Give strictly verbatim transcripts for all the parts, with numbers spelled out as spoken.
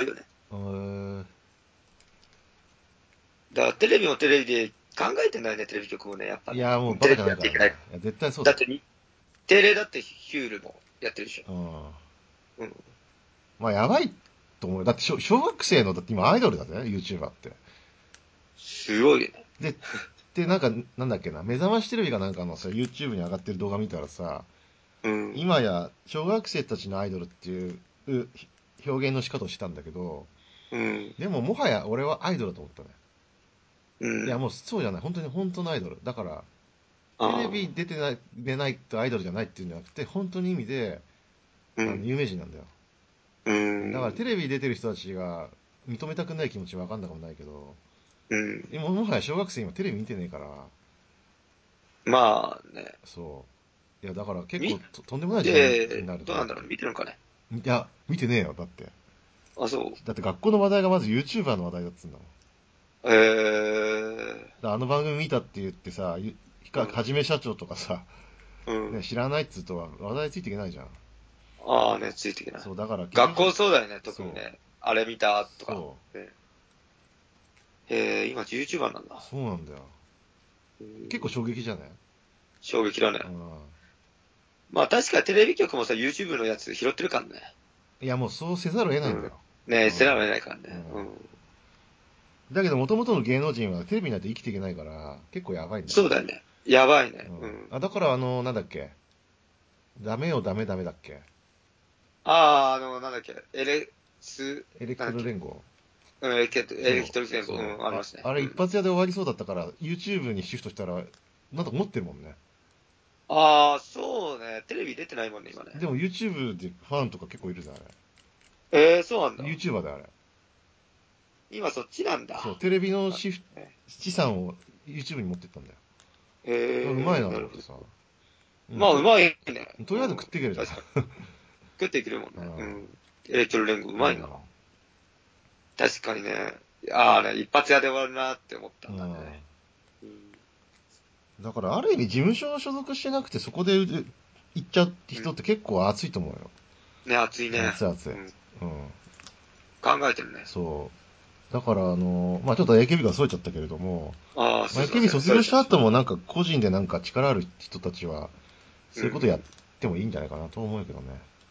よね。 へー。 だからテレビもテレビで考えてんだよね、テレビ局もね、やっぱね。 いや、もうバテレカじゃないからね。 ビやっていけない。 いや、絶対そうだよ。 だってに、テレだってヒュールもやってるでしょ。 うん。 うん。 まあ、やばいと思うよ。だって小、小学生の、だって今アイドルだぜ、YouTuber って。 すごいよね。 で、で、なんか、なんだっけな、目覚ましテレビかなんかのさ、YouTube に上がってる動画見たらさ、 うん。 今や小学生たちのアイドルっていうう表現の仕方をしたんだけど、 うん。 でももはや俺はアイドルだと思ったね。 うん。 いやもうそうじゃない。本当に本当のアイドル。だから、テレビああ。 出てない、出ないとアイドルじゃないっていうんじゃなくて、本当に意味で、あの、 うん。 有名人なんだよ。 うだからテん。 レビ出てる人たちが認めたくない気持ちはわかんなくもないけど、 うん。 でももはや小学生今テレビ見てねえから、 まあね。 そう。いやだから結構見ととんでもない時代にて、 なると思って。 どうなんだろうね。見てるのかね。 いや、見てねえよ、だって。 あ、そだって学校の話題がまず YouTuber の話題だっつうんだもん。 う。えだあの番組見たって言ってさ、ゆひー。うん。 かはじめ社長とかさ、ね、 うん。 知らないっつうとは話題ついていけないじゃん。 ああね、ついていけない。 そう、だから結学校局、 そうだよね、特にそう、 ね。あれ見たとか。 そね、えー、今 YouTuber なんう、 だ。 そうなんだよ。 う結構衝ん。 撃じゃない？ 衝撃だね。 うん。 まあ確かにテレビ局もさ、YouTube のやつ拾ってるからね。 いや、もうそうせざるを得なうん。 いんだよ。 ねえ、 うん。 捨てられないからうん。 ね。うん。 だけど、もともとの芸能人はテレビないと生きていけないから、結構やばいんだよね。 そうだよね。やばいね。 うん。 うん。 あ、だから、あの、なんだっけ。ダメよ、ダメダメだっけ。 ああ、あの、なんだっけ、エレス、 エレクトなんだっけ。 ル連合。 うん、エレキエレキそう、 トリス連合、うそん、あう。あ、 りますね。 あれうん。 一発屋で終わりそうだったから、YouTube にシフトしたら、なんとか持ってるもんね。 ああ、そうね。テレビ出てないもんね、今ね。 でも YouTube でファンとか結構いるじゃん、あええー、そうなんれ。 だ。 YouTuber であれ。 今そっちなんだ。 そう、テレビのあシフえ資産を YouTube に持ってったんだよ。あうまいえー、なるほど。 なと思ってさ。うん、 まあ、うと、 まいね。 とりあえず食うん。 っていけるじゃん。 確かに。食っていけるもんね。 うん。 うん。エレキトル連合、ううん。 まいな。確かにね。ああね、一発屋で終わるなって思ったうん。 んだね。うん。 だからある意味事務所所属してなくてそこで行っちゃううん。 人って結構熱いと思うよ。 ね、熱いね。 熱い熱い。 うん。 うん。 考えてるね。 そう。だからあの、まあちょっと エーケービー がそれちゃったけれども、 ああ、 まあ、 そうそうエーケービーそう。 卒業したそれです。 後もなんか個人でなんか力ある人たちは、そういうことやっうん。 てもいいんじゃないかなと思うけどね。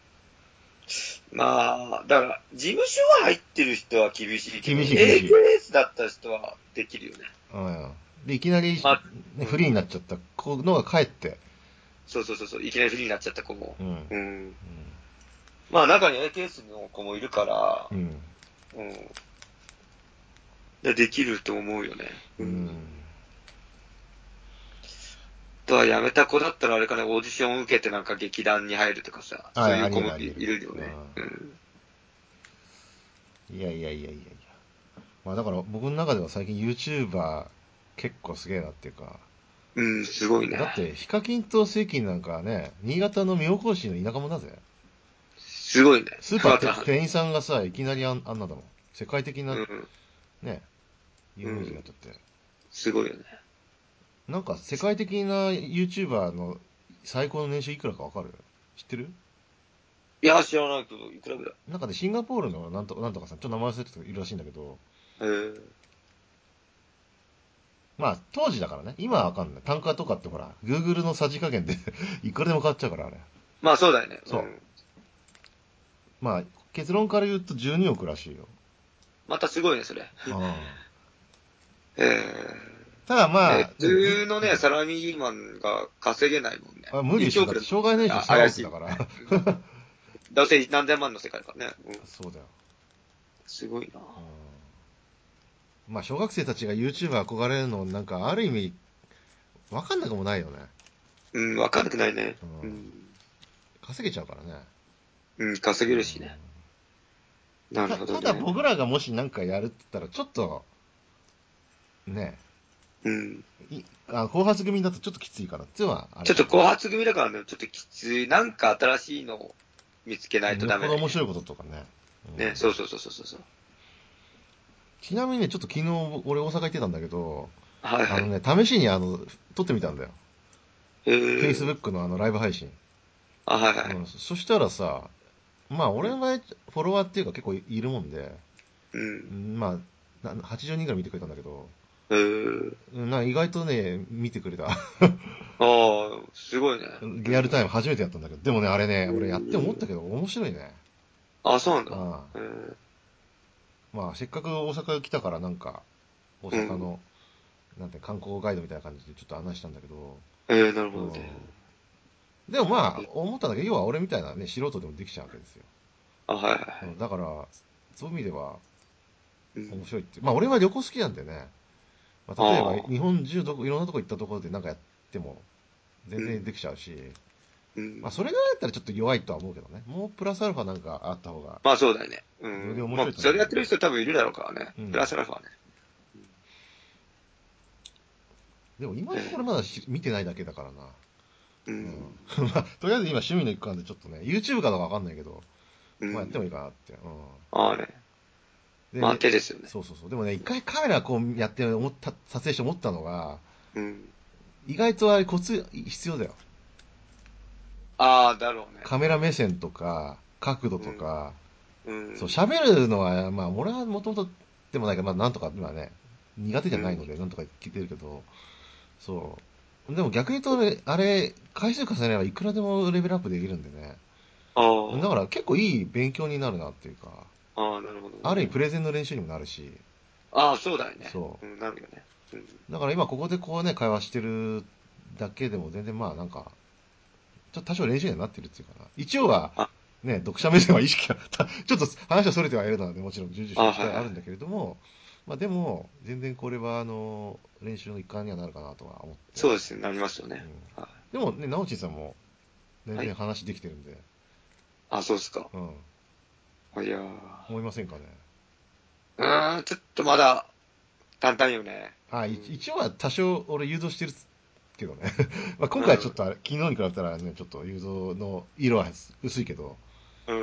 まあ、だから、事務所は入ってる人は厳しいけど、 厳しい厳しい。 エーケーエス だった人はできるよね。 うん。で、いきなり、 まあ、 ね、フリーうん。 になっちゃった子のが帰って、 そうそうそうそう、いきなりフリーになっちゃった子も。 うん。 うん。まあ、中に エーケーエス の子もいるから、 うん。 うん。で、できると思うよね。 うん。 うん。とは辞めた子だったらあれかね、オーディションを受けてなんか劇団に入るとかさ、そうあ、ありいう子もいえるありえる。 いるよね。ううん。 ん。いやいやいやいやいや。まあだから僕の中では最近 YouTuber 結構すげえなっていうか、 うん、すごいね。 だってヒカキンとセイキンなんかね、新潟の妙高市の田舎者だぜ。 すごいね。 スーパーまた、 て店員さんがさ、いきなりあんあんなだもん。世界的なうん、 ね、有名人になっうん、 ちゃって。 すごいよね。 なんか世界的な YouTuber の最高の年収いくらかわかる？知ってる？ いや、知らないけど、いくらぐらい。 なんかね、シンガポールのなんとなんとかさん、ちょっと名前忘れてたけどいるらしいんだけど、 へえ。 まあ当時だからね、今はわかんない。単価とかってほら、Google のさじ加減でいくらでも変わっちゃうからあれ。 まあそうだよね。うそん。 う。まあ結論から言うとじゅうにおくらしいよ。 またすごいね、それ。 うん。 ええ。 ただまね、 あ、 普何い、 通のね、 うん。 サラリーマンが稼げないもんね。 あ、無理で 1 しょ。だっ億でも、 て障害年収あ、 さん怪億だから。 しいもんね。うん。どうせ何千万の世界だからね。うん。 そうだよ。 すごいな。 うん。まあ小学生たちが YouTuber 憧れるのなんかある意味わかんなくもないよね。 うん、わかんなくないね。 うん。 うん。 稼げちゃうからね。 うん、稼うげるしね。なん。た、 るほどただね。 僕らがもしなんかやるって言ったらちょっと、ね、 うん。 いあ後発組だとちょっときついからっていうのはあるちょっかもね。 と後発組だからね、ちょっときつい。なんか新しいのを見つけないとうん、よっダメだよね。 ぽど面白いこととかね。うん。 ね、そうそうそうそうそう。 ちなみにね、ちょっと昨日俺大阪行ってたんだけど、 はいはい。 あのね、試しにあの、撮ってみたんだよ。 へえ。 Facebook のあのライブ配信。 あ、はいはい。 うん、そしたらさ、 まあ、俺の場合、フォロワーっていうか結構いるもんで、 うん。 まあ、はちじゅうにんぐらい見てくれたんだけど、 えー、 な意外とね、見てくれた。 ああ、すごいね。うリアルタイムん。 初めてやったんだけど、でもね、あれね、 え俺やって思っー、 たけど、面白いね。 あ、そうなんだ。 ああえー、 まあ、せっかく大阪来たから、なんか、大うん。 阪の、なんて、観光ガイドみたいな感じでちょっと案内したんだけど、 えー、なるほどね。 うん。でもまあ、 え思ったんだけど、要は俺みたいなね、素人でもできちゃうわけですよ。 あ、はいはいはうん、だから、そういう意味では、 い。うん。 面白いって。まあ、俺は旅行好きなんでね、まあ、例えば、 ああ、 日本中どこ、いろんなとこ行ったところでなんかやっても、全然うん。 できちゃうし、 うん。 まあ、それぐらいだったらちょっと弱いとは思うけどね。もうプラスアルファなんかあった方が、 まあそうだよね。うよりん。まあ、 面白いと思うんだけど。 それやってる人多分いるだろうからね。 うん。 プラスアルファね。 でも今のところまえだし見てないだけだからな。 ー、ううん。 ん。まあ、とりあえず今趣味の一環でちょっとね、YouTube かどうかわかんないけど、まあやってもうん。 いいかなって。うああね。 ん。 まあで、 手ですよね。 そうそうそう。でもね、一回カメラこうやって思った、撮影して思ったのが、 うん。 意外とあれコツ必要だよ。 ああ、だろうね。 カメラ目線とか、角度うん。 とか、 うそう、 ん。 喋るのは、まあ俺はもともとでもないけど、まあなんとか今ね、苦手じうん。 ゃないので、なんとか聞いてるけど、そう。でも逆に言うとね、あれ、回数重ねればいくらでもレベルアップできるんでね。だかあら結構いい勉強になるなっていうか、 あ、ああ、なるほどね。 ある意味プレゼンの練習にもなるし、 ああ、そうだよね。 そうん、なるよね。うん。 う。だから今ここでこうね、会話してるだけでも全然まあなんか、ちょっと多少練習にはなってるっていうかな。一応は、 あ、 ね、読者目線は意識が、ちょっと話は逸れてはいるので、もちろん重々承あ、 知はいはい。 ではあるんだけれども、まあでも、全然これはあの、練習の一環にはなるかなとは思って。 そうですね、なりますよね。 うん。 はでもね、直ちさんも全い。はい。 然話できてるんで、 あ、そうですか。 うん。 いやー。 思いませんかね。 うーん、ちょっとまだ、簡単よね。 あ、 うん。 一一応は多少俺誘導してるけどね。まあ今うん。 回はちょっとあれ昨日に比べたらね、ちょっと誘導の色は薄いけど、 うん。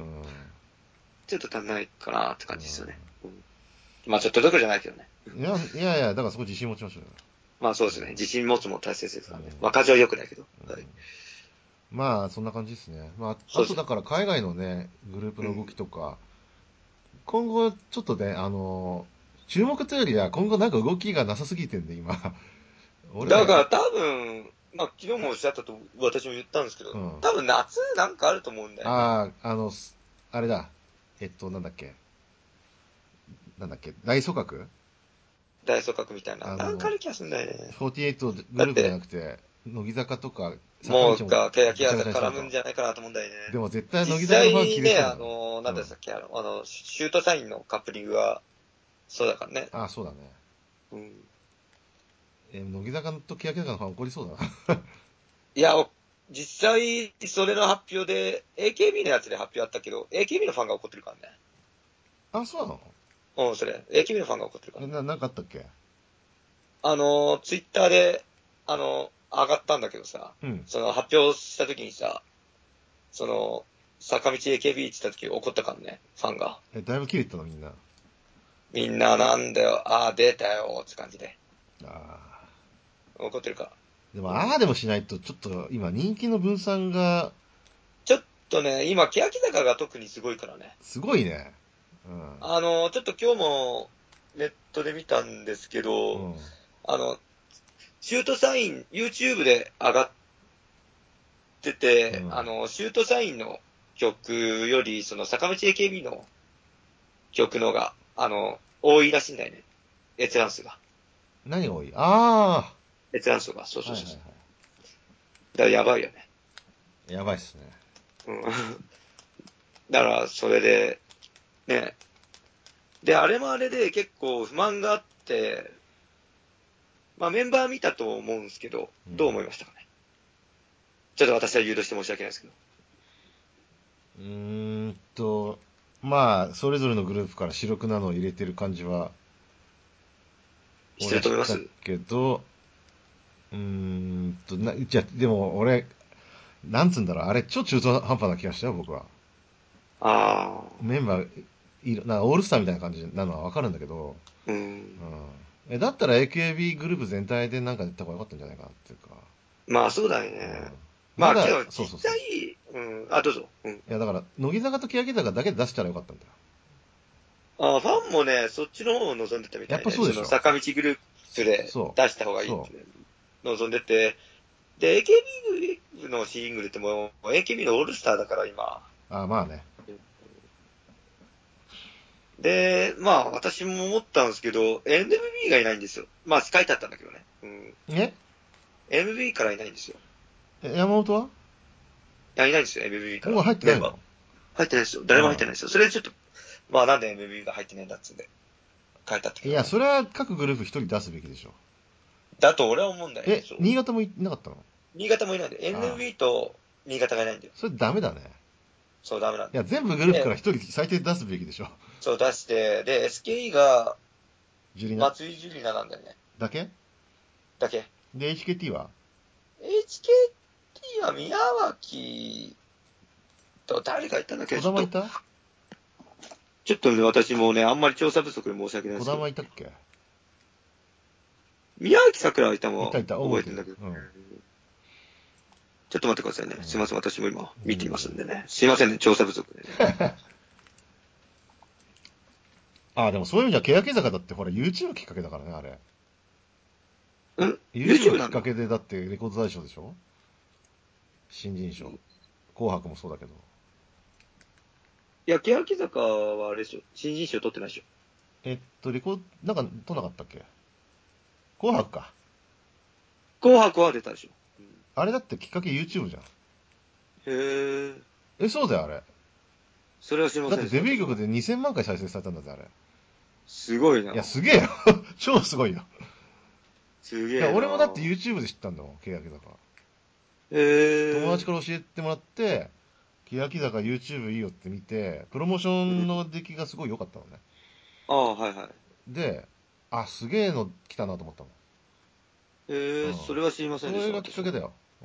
うん。 ちょっと足んないかなってう感じですよね。うん。まあちょっとどころじゃないけどね。 ん。いや、いやいや、だからそこ自信持ちましょうよ。 まあそうですね。自信持つも大切ですからね。 うん。 まあ感情は良くないけど。はい。 まあ、そんな感じですね。まあ、あとそうですね。 だから海外のね、グループの動きうん。 とか、今後ちょっとね、あの、注目というよりは今後なんか動きがなさすぎてんで、今。俺ら、 だから多分、まあ昨日もおっしゃったと私も言ったんですけど、 うん。 多分夏なんかあると思うんだよね。 ああ、あの、すあれだ。えっと、なんだっけ。なんだっけ。大組閣大組閣みたいな。 あの、 なんかある気がするんだよね。 フォーティーエイトグループじゃなだって、 くて、乃木坂とか坂道ももうが、欅ぐちゃぐちゃにしちゃが絡うと。 むんじゃないかなと思うんだよね。 でも絶対乃木実坂のファン切際ね、あれそうだな。 の、なんうん。 でしたっけ、あの、あの、シュートサインのカップリングが、そうだからね。 ああ、そうだね。 うん。 えー乃木坂と欅坂のファン怒りそうだな。 いや、お実際、それの発表で、エーケービー のやつで発表あったけど、エーケービー のファンが怒ってるからね。 あ、そうなのうん、それ。エーケービー のファンが怒ってるから。 え、な、なんかあったっけあの、ツイッターで、あの、上がったんだけどさ、 うん。 その発表した時にさ、その、坂道 エーケービー って言った時怒ったからね、ファンが。 え、だいぶ切れてたのみんな。あみんななんだよ、ああ、出たよ、って感じで。 あ。 怒ってるか。 でも、 うん。 ああでもしないと、ちょっと今人気の分散がちょっとね、今、欅坂が特にすごいからね。 すごいね。うん。 あの、ちょっと今日もネットで見たんですけど、 うん。 あの、シュートサイン、YouTube で上がってて、 うん。 あの、シュートサインの曲より、その坂道 エーケービー の曲のが、あの、多いらしいんだよね。閲覧数が。 何が多いあ閲覧数が。そうあー。はいはいそうそうそう。 はだからやばいよね。 い。やばいっすね。 うん。だから、それで、ね。で、あれもあれで結構不満があって、まあメンバー見たと思うんですけど、 うん。 どう思いましたかね。ちょっと私は誘導して申し訳ないですけど。 うーんと、まあ、それぞれのグループから主力なのを入れてる感じは、 して俺はしたると思います。 けど、うーんと、な、じゃ、でも俺、なんつうんだろう、あれ超中途半端な気がしたよ、僕は。 ああ、 メンバー、いるなオールスターみたいな感じなのはわかるんだけど、 うん。 うん。え、だったら エーケービー グループ全体でなんかやった方がよかったんじゃないかなっていうか。 まあそうだようん。 ね。まあけまだ、 ど実際、 そうそうそう。 うん。あ、どうぞ。うん。 いや、だから、乃木坂と欅坂だけで出したらよかったんだよ。 あ、ファンもね、そっちの方を望んでたみたいね。 やっぱそうでしょ。 の坂道グループでそう。 出した方がいいって、ね、望んでて、で、エーケービー グループのシングルってもう、エーケービー のオールスターだから今。 あ、まあね。 で、まあ、私も思ったんですけど、エムブイ がいないんですよ。まあ、書いてあったんだけどね。うん。 えエムブイ からいないんですよ。 え山本はいや、いないんですよ、エムブイ から。 もう入ってないメンバー。 の？ 入ってないですよ。誰も入ってないですよ。それでちょっと、まあなんで エムブイ が入ってないんだっつうんで、書いてあったけいや、 どね。 それは各グループ一人出すべきでしょ。 だと俺は思うんだよね。 え、 そう。 新潟もいなかったの？ 新潟もいないんだよ。 ああエヌビー と新潟がいないんだよ。 それダメだね。 そう、ダメなんだよ。 いや、全部グループかで、 ら一人最低出すべきでしょ。 そう出して、で、エスケーイー がジュリナ松井樹里奈なんだよね。 だけだけ。 で、エイチケーティー はエイチケーティー は宮脇と誰がいたんだっけ児ちょっと、 玉いたちょっとね、私もね、あんまり調査不足で申し訳ないで児すけど、 玉いたっけ？ 宮脇桜はいたもいたいた、覚えてる。 覚えてんだけど、 うん。 ちょっと待ってくださいね。 うんすいません、私も今見ていますんでいね。すいませんね、調査不足でね。 あ、でもそういう意味じゃ、欅坂だってほら、YouTube きっかけだからね、あれ。 ん YouTube ?YouTube なんだ。 きっかけでだってレコード大賞でしょ？新人賞。紅白もそうだけど。 いや、欅坂はあれでしょ。新人賞取ってないでしょ。 えっと、レコード、なんか、取んなかったっけ？紅白か。 紅白は出たでしょ。うん、 あれだってきっかけ YouTube じゃん。 へえ。 え、そうだよ、あれ。 それは知りまだってせんでした、私も。 デビュー曲でにせんまん回再生されたんだぜ、あれ。 すごいな。 いや、すげえよ。超すごいよ。いや、 すげえな。 俺もだって YouTube で知ったんだもん、欅坂。友へえ。 達から教えてもらって、欅坂 YouTube いいよって見て、プロモーショうん、 ンの出来がすごい良かったのね。 ああ、はいはい。 で、あ、すげえの来たなと思ったへえ、 の。うん。 それは知りませんでした、 それがきっか私も。 けだよ。うん。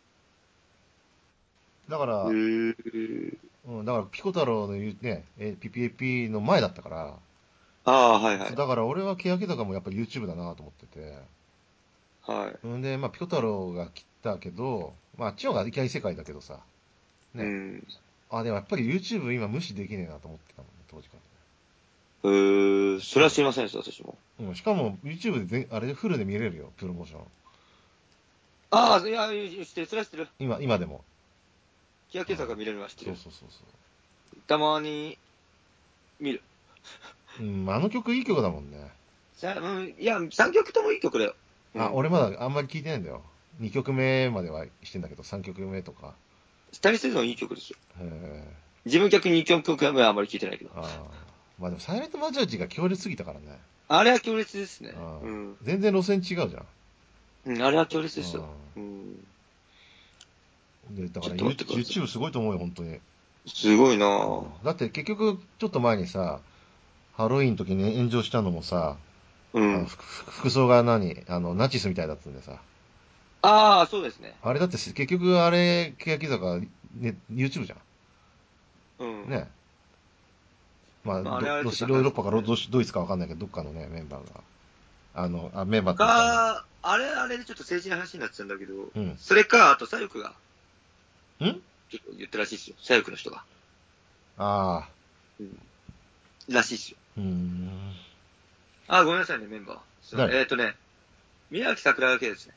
だかへら、 え。 うん、だからピコ太郎の言うね、え、ピピエピの前だったから、 ああ、はいはい。 そうだから俺は欅坂もやっぱり YouTube だなと思ってて。 はんで、まあピコ太郎が来たけど、まああっちの方がいきなり世界だけどさ、 い。うね。 ん。 あ、でもやっぱり YouTube 今無視できねえなと思ってたもんね、当時かへえ、それらね。 は知りませんでした、私も。 うん。うん、しかも YouTube で全、あれでフルで見れるよ、プロモーション。 ああ、いや、知ってる、それは知ってる。 今、今でも。うん。 欅坂見れるのは知ってそうる。 そうそうそたまに見る。 う。うん、あの曲いい曲だもんね。 さうん、いや、さんきょくともいい曲だよ。うあ、 ん。 俺まだあんまり聞いてないんだよ。にきょくめまではしてんだけど、さんきょくめとか。 二人するのいい曲ですよ。 へえ。 自分逆ににきょく目はあんまり聞いてないけど。 ああ。まあでも、サイレントマジョリティが強烈すぎたからね。 あれは強烈ですね。 ああ。 うん。 全然路線違うじゃん。 うん、あれは強烈ですよ。 ううん。 ん。で、だからちょっと待ってくださ YouTube すごいと思うよ、本当に。うん。 い。すごいなぁ。 だって結局、ちょっと前にさ、ハロウィンの時に炎上したのもさ、あの、 うん。 服服装が何あの、ナチスみたいだったんでさ。 ああ、そうですね。 あれだって結局あれ、欅坂、ね、YouTube じゃうん。 ん。ね。まあ、 まあ、あれど、ロシ、 はちょっとヨーロッパかロ話すね。 ドシドイツかわかんないけど、どっかのね、メンバーが。あの、あ、メンバーっていうか、あの、 か、あれ、あれでちょっと政治の話になってたんだけど、 うん。 それか、あと、左翼が、 んちょっと言ったらしいですよ。左翼の人が。 ああ。 うん。らしいですよ。 うーん。 あ、ごめんなさいね、メンバー。すいません。 誰？ えっ、ー、とね、宮脇桜だけですね。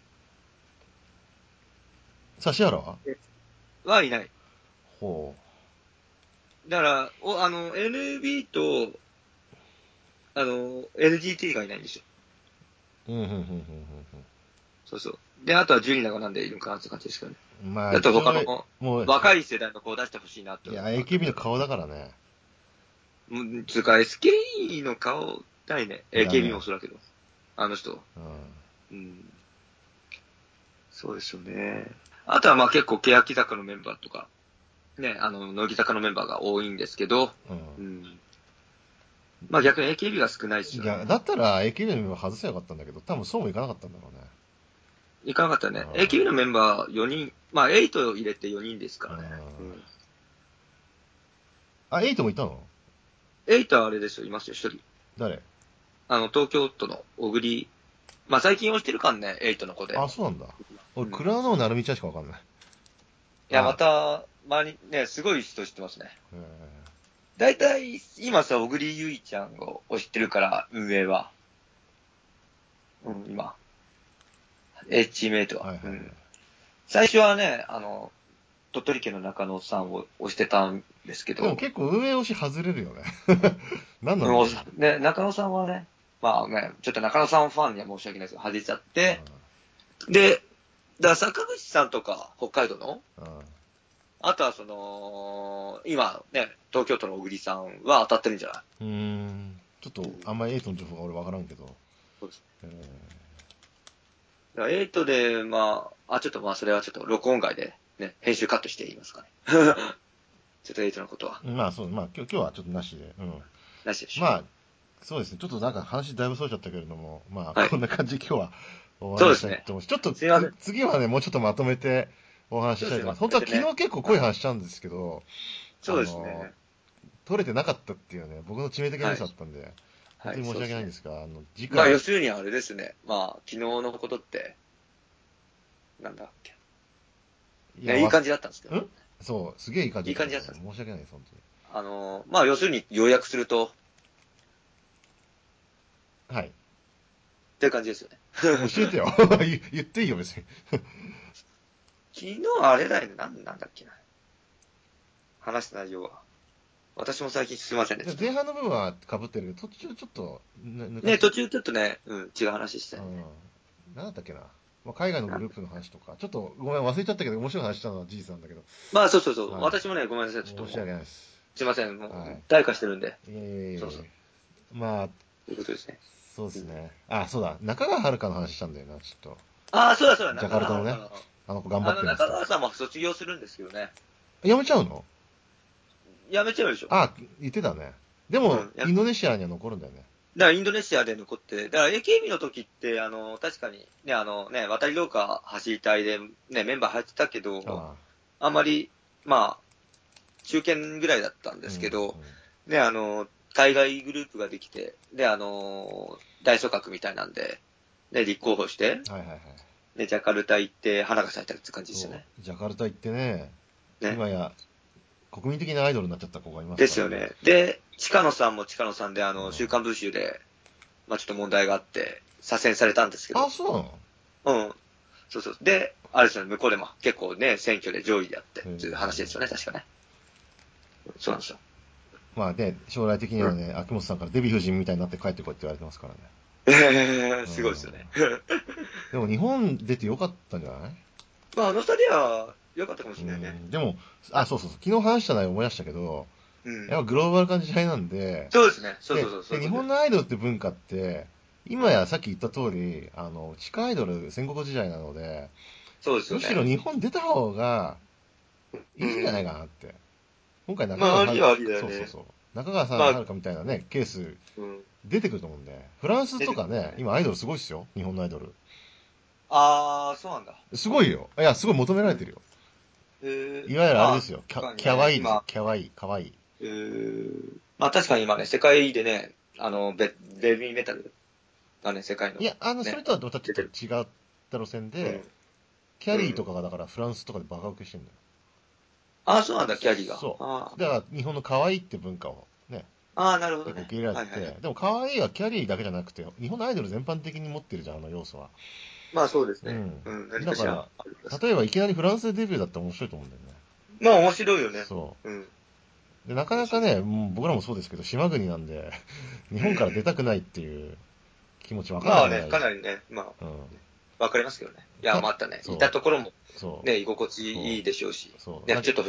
指原は？ えはいない。 ほだから、お、あの、エヌビー と、あの、エルジーティー がいないんですよ。 う。うん、うん、うん、うん、 そうそう。で、あとはジュリナがなんでいるのかなって感じですけどね。 うん。まあ、 だと一応、 他のもう、 若い世代の子を出してほしいなといや、 あったけエーケービー のど。 顔だからね。 もう、つうか エスケーイー の顔だいね。 いらエーケービーねもそうだけど。あの人。 え。 うん。そうですよね。あとはまあ結構、欅坂のメンバーとか、ね、あの、乃木坂のメンバーが多いんですけど、 うん。 うん。まあ逆に エーケービー が少ないですうん。いや、 よね。 だったら エーケービー のメンバー外せばよかったんだけど、多分そうもいかなかったんだろうね。 いかなかったね。 うエーケービー のメンバーよにん、まあはち入れてよにんですからん。うね。 ん。 うん。 あ、エイトもいたの？ はちはあれですよ、いますよ、一人。 誰？ あの、東京都の小栗。まあ最近押してるかんね、はちの子で。 あ、そうなんだ。俺、 うん。 クラウドのなるみちゃんしかわかんない。 いや、まあ、 た、 まにね、すごい人知ってますね。 え大体、今さ、小栗ゆいちゃんを知ってるから、運営は。うん、今。エッチメイトは。 はいはいはい、 うん。最初はね、あの、鳥取県の中野さんを推してたんですけど。 でも結構運営推し外れるよね。何なんだろうね、中野さんはね、まあね、ちょっと中野さんファンには申し訳ないですけど、外れちゃって、で、だから坂口さんとか、北海道の、 うん、 あとはその、今ね、東京都の小栗さんは当たってるんじゃないうーん。ちょっと、あんまりエイトの情報が俺わからんけど。 そうです。 えだからエイトで、まあ、あ、ちょっとまあそれはちょっと録音外で、ね、編集カットして言いますかね。ちょっとエイトのことは。 ー、まあそう、まあ今日今日はちょっとなしで。うん。 なしでしょ。 まあ、そうですね。ちょっとなんか話だいぶそうちゃったけれども、まあ、 はいこんな感じで今日は終わりにしそうですね。 たいと思うし、ちょっとすいません。 次はね、もうちょっとまとめてお話ししたいと思います。本当は昨日結構濃い話したんですけど、 そうですあの、 ね。 取れてなかったっていうね、僕の致命的なミスだったんで、本はい、 当に申しそうですね。 訳ないんですが、あの、次まあ、 回、 要するにあれですね。まあ、昨日のことって、なんだっけ。ね、いいいやわ感じだったんですけど。 んそう、すげえいい感じいいだったんだけど、 感じだったんです。 申し訳ないです、本あの、まあ、要するに要約すると、っ当に。はい。 ていう感じですよね。 教えてよ。言言っていいよ、別に。 昨日あれだよね。なんなんだっけな。話した内容は。私も最近すいませんでした。 前半の部分は被ってるけど、途中ちょっと抜かね、 して。 途中ちょっとね、うん、違う話したよね。 うん。何だったっけな。まあ、海外のグループの話とか、ちょっとごめん忘れちゃったけど、面白い話したのは事実なんだけど。 まあ、そうそうそう。 はい。 私もね、ごめんなさい。ちょっと申しもう、 訳ないです。 すいません。もう、 はい。 退化してるんで。 いえいえいそうそう。 え。まあ、 ということですね。 そうでうん、 すね。あ、そうだ。中川遥の話したんだよな、ちょっと。 ああ、そうだそうだ。 ジャ中カルタのね。 川遥の。 あの子頑張あの、 ってますと。 中川さんも卒業するんですけどね。 やめちゃうの？ やめちゃうでしょ。 あ、言ってたね。でも、 うん。やインドネシアには残るんだよね。 だからインドネシアで残って、だから エーケービー の時って、あの、確かに、ね、あのね、渡り廊下走り隊で、ね、メンバー入ってたけど、 ああんまり、まあ、中堅ぐらいだったんあ。うん。 ですけど、ね、あの、海外グループができて、で、あの、大組閣みたいなんで、ね、立候補して、 うん。はいはいはい。 で、ジャカルタ行って花が咲いたって感じですよそね。 う。ジャカルタ行ってね、 ね。 今や国民的なアイドルになっちゃった子がいますからね。 ですよね。で、近野さんも近野さんで、あうん、 の、週刊文集で、まあちょっと問題があって、左遷されたんですけあ、 ど、 そうなの？ うん。そうそう。で、あれですよね、向こうでも結構ね、選挙で上位であって、っていう話ですよね、確かね。そうなんですよ。 まあね、将来的にうん。 はね、秋元さんからデヴィ夫人みたいになって帰ってこいって言われてますからね。 えー、 うん。 すごいですよね。 でも日本出てよかったんじゃない？ まあ、あの二人は良かったかもしうれないね。 ん。でも、あ、そうそうそう、昨日話した内容思い出したけど、 うん。 やっぱグローバル化の時代なんで、 そうですね。そうそで、 うそう、そうで、日いうことです。 本のアイドルって文化って、今やさっき言った通り、あの、地下アイドル戦国時代なので、 そうですよね。 むしろ日本出た方がいういんじゃないかん。 なって。今回中まあ、 川はる、 ありはありだよね。 そうそうそう。中川さんまあ、 はるかみたいなね、ケースうん。 出てくると思うんで。フランス出とかね、 てくるね。 今アイドルすごいっすよ。日本のアイドル。 あー、そうなんだ。 すごいよ。いや、すごい求められてるよ。 へー、 いわゆるあれまあ、 ですよ。キャ、キャワ確かにね、 イイですよ。 今、 キャワイイ。かわいい。 えー、まあ確かに今ね、世界でね、あの、ベ、ベビーメタルがね、世界の、 いや、あの、それね、 とはまたちょっと出てる。 違った路線うん。 で、キャうん。 リーとかがだからフランスとかでバカ受けしてんだよ。 ああ、そうなんだ、キャリーが。 そあう。だから日本の可愛いって文化をね、 あ、ああ、なるほどね。 結構受け入れられてて、 はいはいはい。 でも可愛いはキャリーだけじゃなくて、日本のアイドル全般的に持ってるじゃん、あの要素は。 まあそうですね。 うん。 うん、何かしらだから、 ある気がする。 例えばいきなりフランスでデビューだったら面白いと思うんだよね。 まあ面白いよね。 そうん。 う。で、なか面白い。 なかね、もう僕らもそうですけど、島国なんで、日本から出うん。 たくないっていう気持ちわかんなまあね、 くもない。 かなりね、まうん。 あ、わかりますけどね。いや、 キャ、 またね、いたそところも、 う、そう、 ね、居心地そう、 いいでしょうし、 そう。 ね、 なんかちょっと